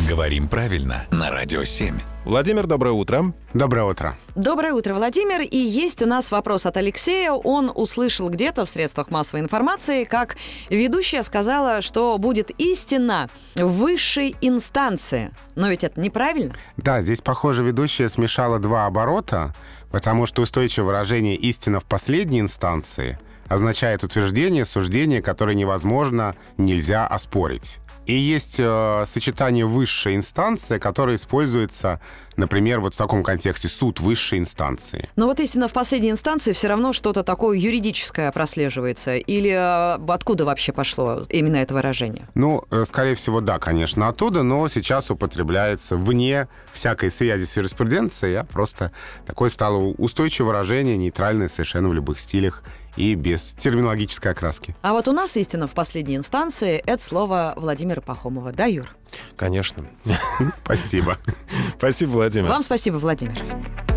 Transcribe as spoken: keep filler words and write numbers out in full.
Говорим правильно на Радио семь. Владимир, доброе утро. Доброе утро. Доброе утро, Владимир. И есть у нас вопрос от Алексея. Он услышал где-то в средствах массовой информации, как ведущая сказала, что будет истина в высшей инстанции. Но ведь это неправильно. Да, здесь, похоже, ведущая смешала два оборота, потому что устойчивое выражение «истина в последней инстанции» означает утверждение, суждение, которое невозможно, нельзя оспорить. И есть э, сочетание «высшая инстанция», которое используется, например, вот в таком контексте «суд высшей инстанции». Но вот истина в последней инстанции все равно что-то такое юридическое прослеживается. Или э, откуда вообще пошло именно это выражение? Ну, э, скорее всего, да, конечно, оттуда, но сейчас употребляется вне всякой связи с юриспруденцией, а просто такое стало устойчивое выражение, нейтральное совершенно в любых стилях и без терминологической окраски. А вот у нас истина в последней инстанции — это слово Владимира Пахомова. Да, Юр? Конечно. Спасибо. Спасибо, Владимир. Вам спасибо, Владимир.